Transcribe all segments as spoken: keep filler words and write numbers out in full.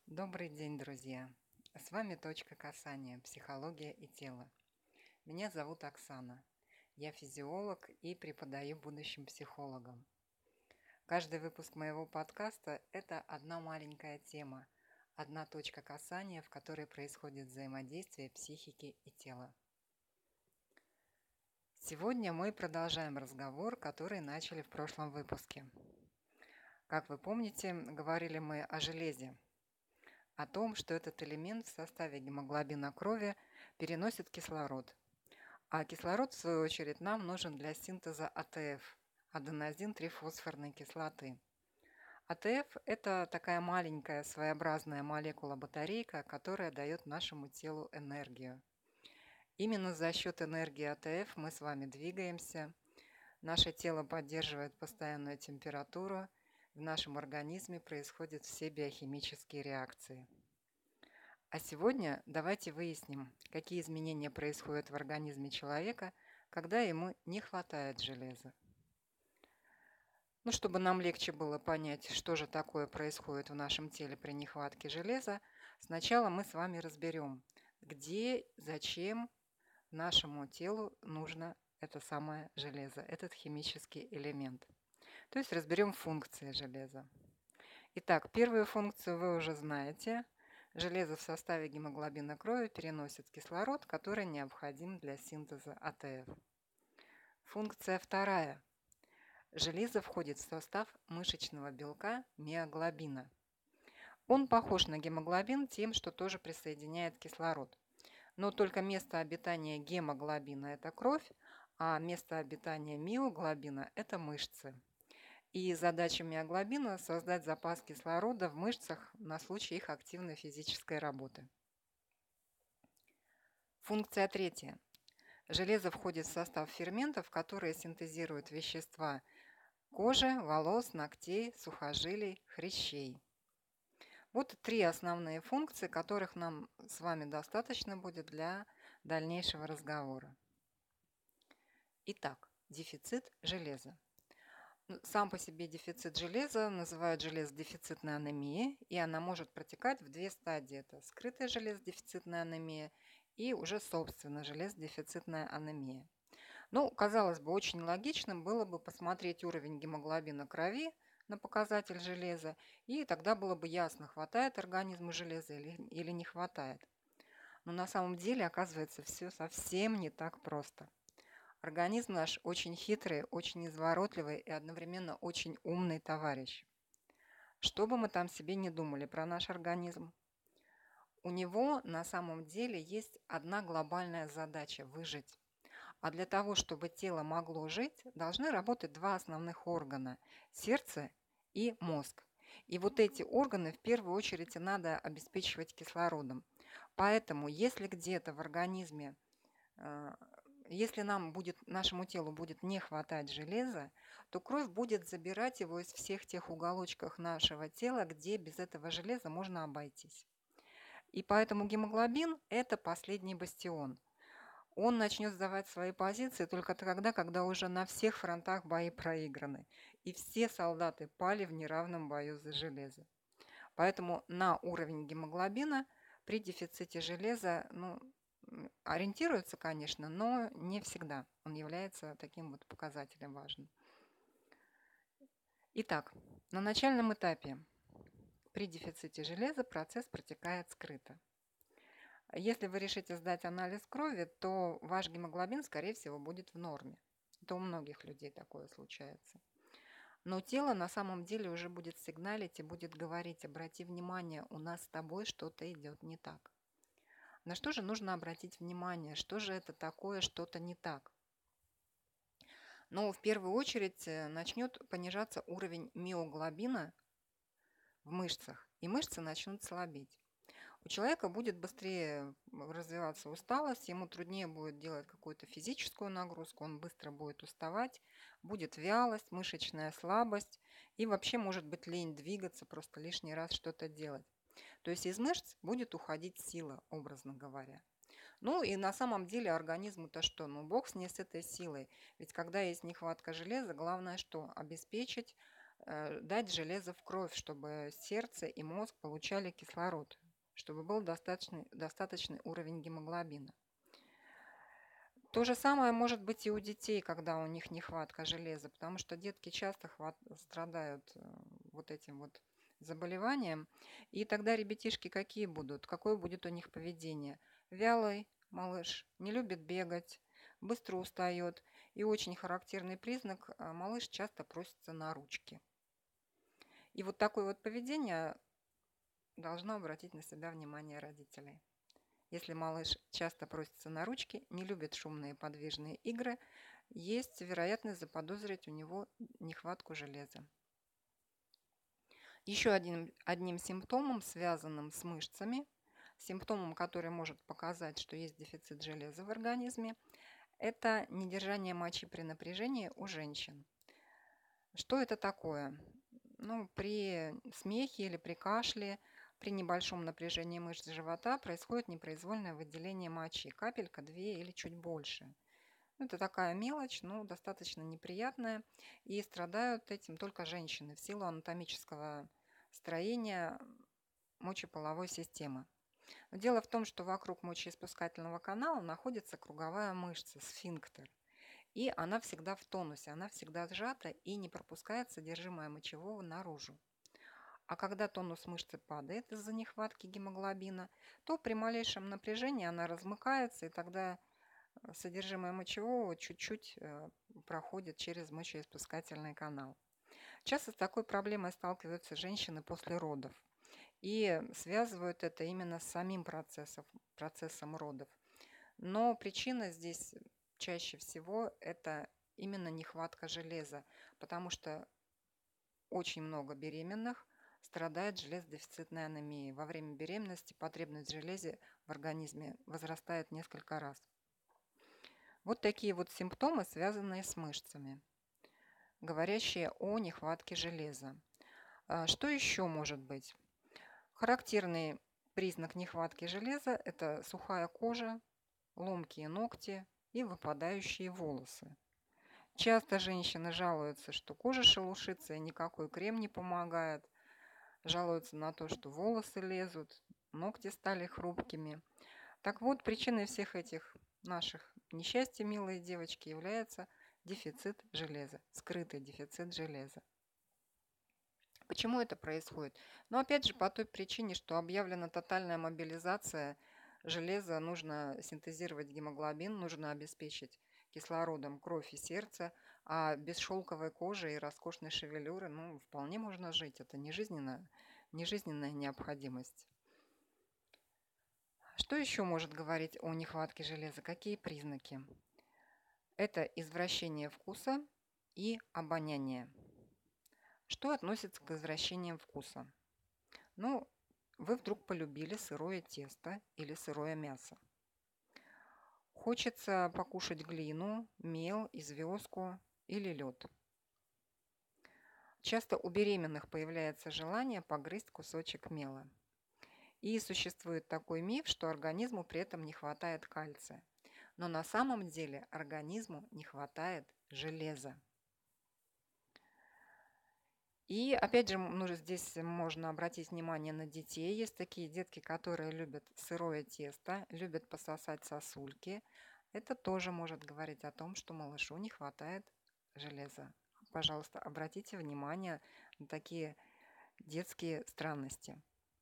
Добрый день, друзья! С вами «Точка касания. Психология и тело». Меня зовут Оксана. Я физиолог и преподаю будущим психологам. Каждый выпуск моего подкаста– это одна маленькая тема, одна точка касания, в которой происходит взаимодействие психики и тела. Сегодня мы продолжаем разговор, который начали в прошлом выпуске. Как вы помните, говорили мы о железе, о том, что этот элемент в составе гемоглобина крови переносит кислород. А кислород, в свою очередь, нам нужен для синтеза АТФ– аденозин-трифосфорной кислоты. АТФ– это такая маленькая своеобразная молекула-батарейка, которая дает нашему телу энергию. Именно за счет энергии АТФ мы с вами двигаемся, наше тело поддерживает постоянную температуру, в нашем организме происходят все биохимические реакции. А сегодня давайте выясним, какие изменения происходят в организме человека, когда ему не хватает железа. Ну, чтобы нам легче было понять, что же такое происходит в нашем теле при нехватке железа, сначала мы с вами разберем, где, зачем нашему телу нужно это самое железо, этот химический элемент. То есть разберем функции железа. Итак, первую функцию вы уже знаете. Железо в составе гемоглобина крови переносит кислород, который необходим для синтеза АТФ. Функция вторая. Железо входит в состав мышечного белка миоглобина. Он похож на гемоглобин тем, что тоже присоединяет кислород. Но только место обитания гемоглобина– это кровь, а место обитания миоглобина– это мышцы. И задача миоглобина– создать запас кислорода в мышцах на случай их активной физической работы. Функция третья. Железо входит в состав ферментов, которые синтезируют вещества кожи, волос, ногтей, сухожилий, хрящей. Вот три основные функции, которых нам с вами достаточно будет для дальнейшего разговора. Итак, дефицит железа. Сам по себе дефицит железа называют железодефицитной анемией, и она может протекать в две стадии. Это скрытая железодефицитная анемия и уже, собственно, железодефицитная анемия. Ну, казалось бы, очень логичным было бы посмотреть уровень гемоглобина крови на показатель железа, и тогда было бы ясно, хватает организму железа или, или не хватает. Но на самом деле, оказывается, все совсем не так просто. Организм наш очень хитрый, очень изворотливый и одновременно очень умный товарищ. Что бы мы там себе не думали про наш организм, у него на самом деле есть одна глобальная задача– выжить. А для того, чтобы тело могло жить, должны работать два основных органа– сердце и мозг. И вот эти органы в первую очередь и надо обеспечивать кислородом. Поэтому, если где-то в организме Если нам будет, нашему телу будет не хватать железа, то кровь будет забирать его из всех тех уголочков нашего тела, где без этого железа можно обойтись. И поэтому гемоглобин– это последний бастион. Он начнет сдавать свои позиции только тогда, когда уже на всех фронтах бои проиграны, и все солдаты пали в неравном бою за железо. Поэтому на уровень гемоглобина при дефиците железа, ну, ориентируется, конечно, но не всегда. Он является таким вот показателем важным. Итак, на начальном этапе при дефиците железа процесс протекает скрыто. Если вы решите сдать анализ крови, то ваш гемоглобин, скорее всего, будет в норме. Это у многих людей такое случается. Но тело на самом деле уже будет сигналить и будет говорить: обрати внимание, у нас с тобой что-то идет не так. На что же нужно обратить внимание? Что же это такое, что-то не так? Но в первую очередь начнет понижаться уровень миоглобина в мышцах, и мышцы начнут слабеть. У человека будет быстрее развиваться усталость, ему труднее будет делать какую-то физическую нагрузку, он быстро будет уставать, будет вялость, мышечная слабость и вообще может быть лень двигаться, просто лишний раз что-то делать. То есть из мышц будет уходить сила, образно говоря. Ну и на самом деле организму-то что? Ну бог с ней с этой силой. Ведь когда есть нехватка железа, главное что? Обеспечить э, дать железо в кровь, чтобы сердце и мозг получали кислород, чтобы был достаточный, достаточный уровень гемоглобина. То же самое может быть и у детей, когда у них нехватка железа, потому что детки часто хват- страдают э, вот этим вот заболеванием. И тогда ребятишки какие будут? Какое будет у них поведение? Вялый малыш, не любит бегать, быстро устает. И очень характерный признак – а, малыш часто просится на ручки. И вот такое вот поведение должно обратить на себя внимание родителей. Если малыш часто просится на ручки, не любит шумные подвижные игры, есть вероятность заподозрить у него нехватку железа. Еще одним, одним симптомом, связанным с мышцами, симптомом, который может показать, что есть дефицит железа в организме, это недержание мочи при напряжении у женщин. Что это такое? Ну, при смехе или при кашле, при небольшом напряжении мышц живота происходит непроизвольное выделение мочи, капелька, две или чуть больше. Ну, это такая мелочь, но достаточно неприятная, и страдают этим только женщины в силу анатомического строения мочеполовой системы. Но дело в том, что вокруг мочеиспускательного канала находится круговая мышца, сфинктер. И она всегда в тонусе, она всегда сжата и не пропускает содержимое мочевого наружу. А когда тонус мышцы падает из-за нехватки гемоглобина, то при малейшем напряжении она размыкается, и тогда содержимое мочевого чуть-чуть э, проходит через мочеиспускательный канал. Часто с такой проблемой сталкиваются женщины после родов и связывают это именно с самим процессом, процессом родов. Но причина здесь чаще всего это именно нехватка железа, потому что очень много беременных страдает железодефицитной анемией. Во время беременности потребность в железе в организме возрастает несколько раз. Вот такие вот симптомы, связанные с мышцами, говорящие о нехватке железа. А что еще может быть? Характерный признак нехватки железа – это сухая кожа, ломкие ногти и выпадающие волосы. Часто женщины жалуются, что кожа шелушится и никакой крем не помогает. Жалуются на то, что волосы лезут, ногти стали хрупкими. Так вот, причиной всех этих наших несчастья, милые девочки, является дефицит железа, скрытый дефицит железа. Почему это происходит? Ну, опять же, по той причине, что объявлена тотальная мобилизация железа, нужно синтезировать гемоглобин, нужно обеспечить кислородом кровь и сердце, а без шелковой кожи и роскошной шевелюры, ну, вполне можно жить. Это не жизненная, не жизненная необходимость. Что еще может говорить о нехватке железа? Какие признаки? Это извращение вкуса и обоняния. Что относится к извращениям вкуса? Ну, вы вдруг полюбили сырое тесто или сырое мясо. Хочется покушать глину, мел, известку или лед. Часто у беременных появляется желание погрызть кусочек мела. И существует такой миф, что организму при этом не хватает кальция. Но на самом деле организму не хватает железа. И опять же, ну, здесь можно обратить внимание на детей. Есть такие детки, которые любят сырое тесто, любят пососать сосульки. Это тоже может говорить о том, что малышу не хватает железа. Пожалуйста, обратите внимание на такие детские странности.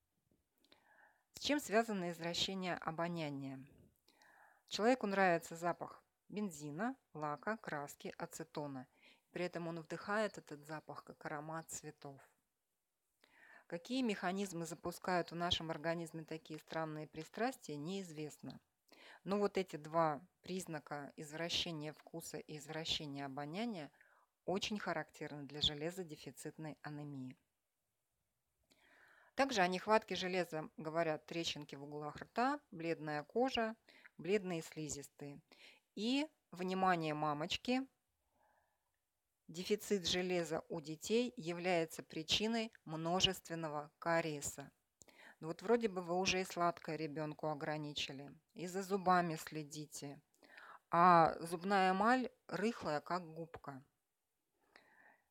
С чем связано извращение обоняния? Человеку нравится запах бензина, лака, краски, ацетона. При этом он вдыхает этот запах как аромат цветов. Какие механизмы запускают в нашем организме такие странные пристрастия, неизвестно. Но вот эти два признака извращения вкуса и извращения обоняния очень характерны для железодефицитной анемии. Также о нехватке железа говорят трещинки в углах рта, бледная кожа, бледные слизистые. И, внимание, мамочки, дефицит железа у детей является причиной множественного кариеса. Ну вот вроде бы вы уже и сладкое ребенку ограничили, и за зубами следите, а зубная эмаль рыхлая, как губка.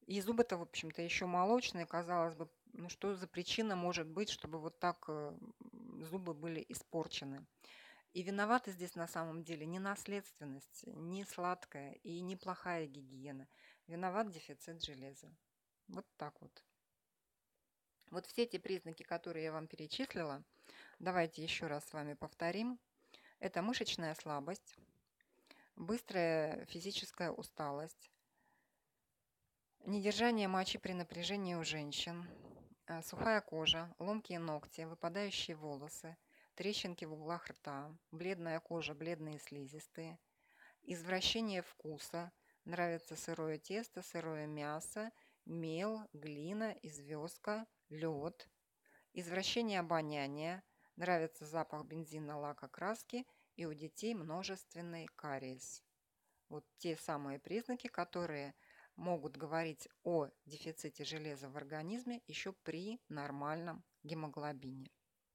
И зубы-то, в общем-то, еще молочные, казалось бы, ну что за причина может быть, чтобы вот так э, зубы были испорчены. И виноваты здесь на самом деле не наследственность, не сладкая и не плохая гигиена. Виноват дефицит железа. Вот так вот. Вот все эти признаки, которые я вам перечислила, давайте еще раз с вами повторим. Это мышечная слабость, быстрая физическая усталость, недержание мочи при напряжении у женщин, э, сухая кожа, ломкие ногти, выпадающие волосы, трещинки в углах рта, бледная кожа, бледные слизистые, извращение вкуса, нравится сырое тесто, сырое мясо, мел, глина, известка, лед, извращение обоняния, нравится запах бензина, лака, краски и у детей множественный кариес. Вот те самые признаки, которые могут говорить о дефиците железа в организме еще при нормальном гемоглобине.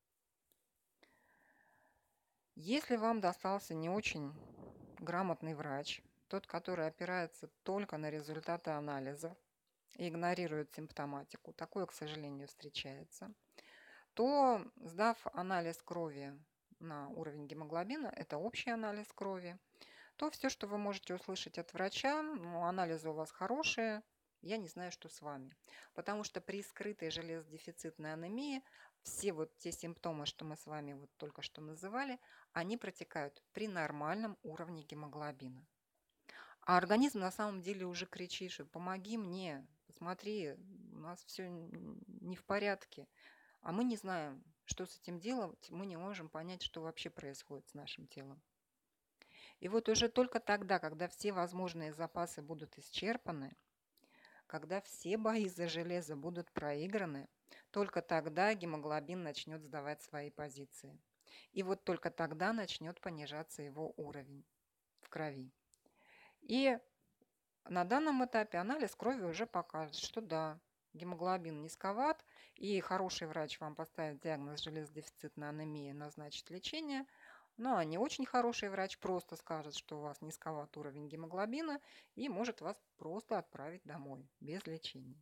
Если вам достался не очень грамотный врач, тот, который опирается только на результаты анализов и игнорирует симптоматику, такое, к сожалению, встречается, то, сдав анализ крови на уровень гемоглобина, это общий анализ крови, то все, что вы можете услышать от врача, ну, анализы у вас хорошие, я не знаю, что с вами. Потому что при скрытой железодефицитной анемии все вот те симптомы, что мы с вами вот только что называли, они протекают при нормальном уровне гемоглобина. А организм на самом деле уже кричит, что помоги мне, посмотри, у нас все не в порядке. А мы не знаем, что с этим делать, мы не можем понять, что вообще происходит с нашим телом. И вот уже только тогда, когда все возможные запасы будут исчерпаны, когда все бои за железо будут проиграны, только тогда гемоглобин начнет сдавать свои позиции. И вот только тогда начнет понижаться его уровень в крови. И на данном этапе анализ крови уже покажет, что да, гемоглобин низковат, и хороший врач вам поставит диагноз железодефицитная анемия, назначит лечение. Ну, а не очень хороший врач просто скажет, что у вас низковат уровень гемоглобина и может вас просто отправить домой без лечения.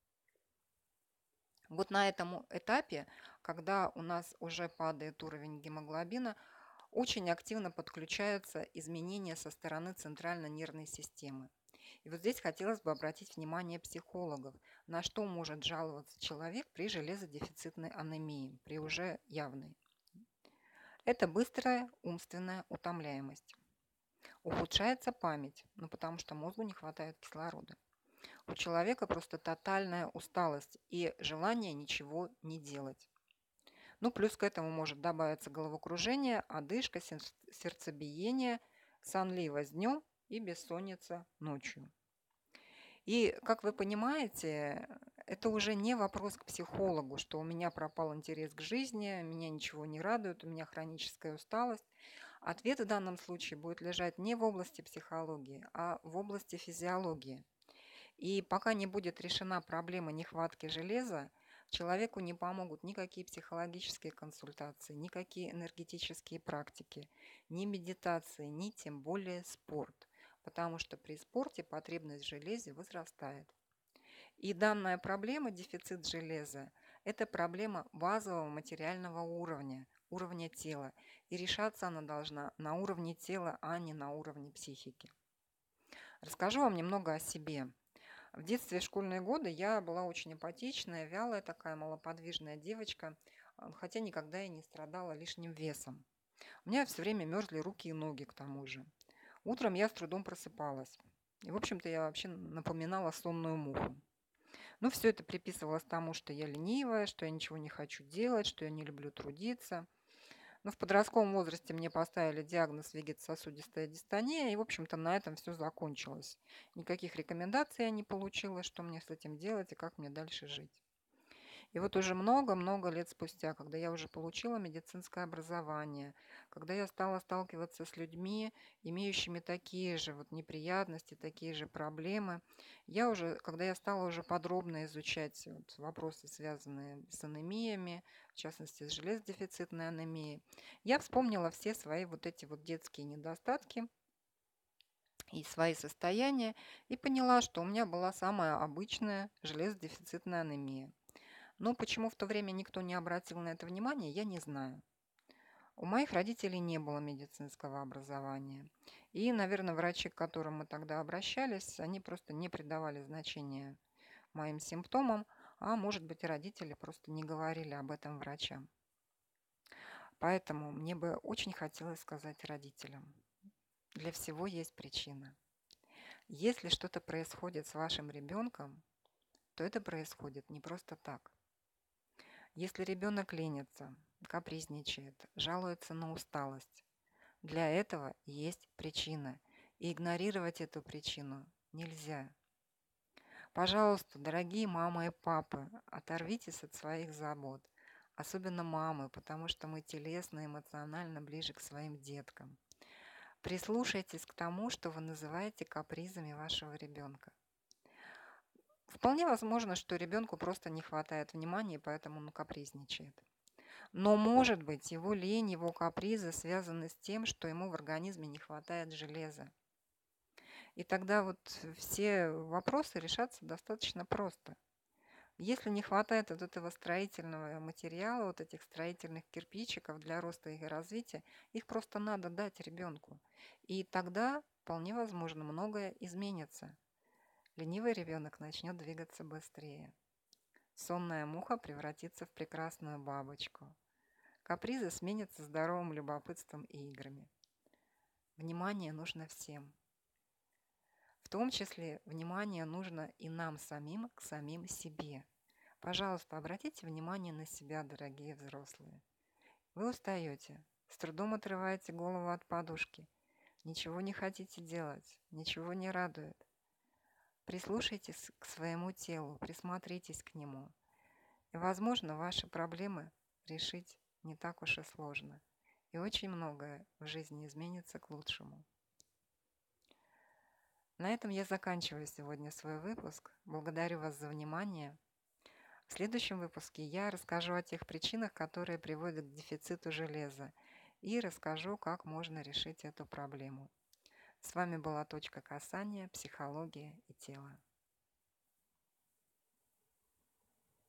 Вот на этом этапе, когда у нас уже падает уровень гемоглобина, очень активно подключаются изменения со стороны центральной нервной системы. И вот здесь хотелось бы обратить внимание психологов, на что может жаловаться человек при железодефицитной анемии, при уже явной. Это быстрая умственная утомляемость. Ухудшается память, ну потому что мозгу не хватает кислорода. У человека просто тотальная усталость и желание ничего не делать. Ну, плюс к этому может добавиться головокружение, одышка, сердцебиение, сонливость днем и бессонница ночью. И, как вы понимаете, это уже не вопрос к психологу, что у меня пропал интерес к жизни, меня ничего не радует, у меня хроническая усталость. Ответ в данном случае будет лежать не в области психологии, а в области физиологии. И пока не будет решена проблема нехватки железа, человеку не помогут никакие психологические консультации, никакие энергетические практики, ни медитации, ни тем более спорт. Потому что при спорте потребность в железе возрастает. И данная проблема, дефицит железа, это проблема базового материального уровня, уровня тела. И решаться она должна на уровне тела, а не на уровне психики. Расскажу вам немного о себе. В детстве, в школьные годы я была очень апатичная, вялая такая малоподвижная девочка, хотя никогда и не страдала лишним весом. У меня все время мерзли руки и ноги к тому же. Утром я с трудом просыпалась. И, в общем-то, я вообще напоминала сонную муху. Но все это приписывалось тому, что я ленивая, что я ничего не хочу делать, что я не люблю трудиться. Но в подростковом возрасте мне поставили диагноз вегетососудистая дистония, и, в общем-то, на этом все закончилось. Никаких рекомендаций я не получила, что мне с этим делать и как мне дальше жить. И вот уже много-много лет спустя, когда я уже получила медицинское образование, когда я стала сталкиваться с людьми, имеющими такие же вот неприятности, такие же проблемы, я уже, когда я стала уже подробно изучать вот вопросы, связанные с анемиями, в частности с железодефицитной анемией, я вспомнила все свои вот эти вот детские недостатки и свои состояния и поняла, что у меня была самая обычная железодефицитная анемия. Но почему в то время никто не обратил на это внимание, я не знаю. У моих родителей не было медицинского образования. И, наверное, врачи, к которым мы тогда обращались, они просто не придавали значения моим симптомам, а может быть, и родители просто не говорили об этом врачам. Поэтому мне бы очень хотелось сказать родителям: для всего есть причина. Если что-то происходит с вашим ребенком, то это происходит не просто так. Если ребенок ленится, капризничает, жалуется на усталость, для этого есть причина, и игнорировать эту причину нельзя. Пожалуйста, дорогие мамы и папы, оторвитесь от своих забот, особенно мамы, потому что мы телесно и эмоционально ближе к своим деткам. Прислушайтесь к тому, что вы называете капризами вашего ребенка. Вполне возможно, что ребенку просто не хватает внимания, поэтому он капризничает. Но, может быть, его лень, его капризы связаны с тем, что ему в организме не хватает железа. И тогда вот все вопросы решатся достаточно просто. Если не хватает вот этого строительного материала, вот этих строительных кирпичиков для роста и развития, их просто надо дать ребенку. И тогда, вполне возможно, многое изменится. Ленивый ребенок начнет двигаться быстрее. Сонная муха превратится в прекрасную бабочку. Капризы сменятся здоровым любопытством и играми. Внимание нужно всем. В том числе внимание нужно и нам самим к самим себе. Пожалуйста, обратите внимание на себя, дорогие взрослые. Вы устаете, с трудом отрываете голову от подушки, ничего не хотите делать, ничего не радует. Прислушайтесь к своему телу, присмотритесь к нему. И, возможно, ваши проблемы решить не так уж и сложно. И очень многое в жизни изменится к лучшему. На этом я заканчиваю сегодня свой выпуск. Благодарю вас за внимание. В следующем выпуске я расскажу о тех причинах, которые приводят к дефициту железа, и расскажу, как можно решить эту проблему. С вами была «Точка касания. Психология и тело».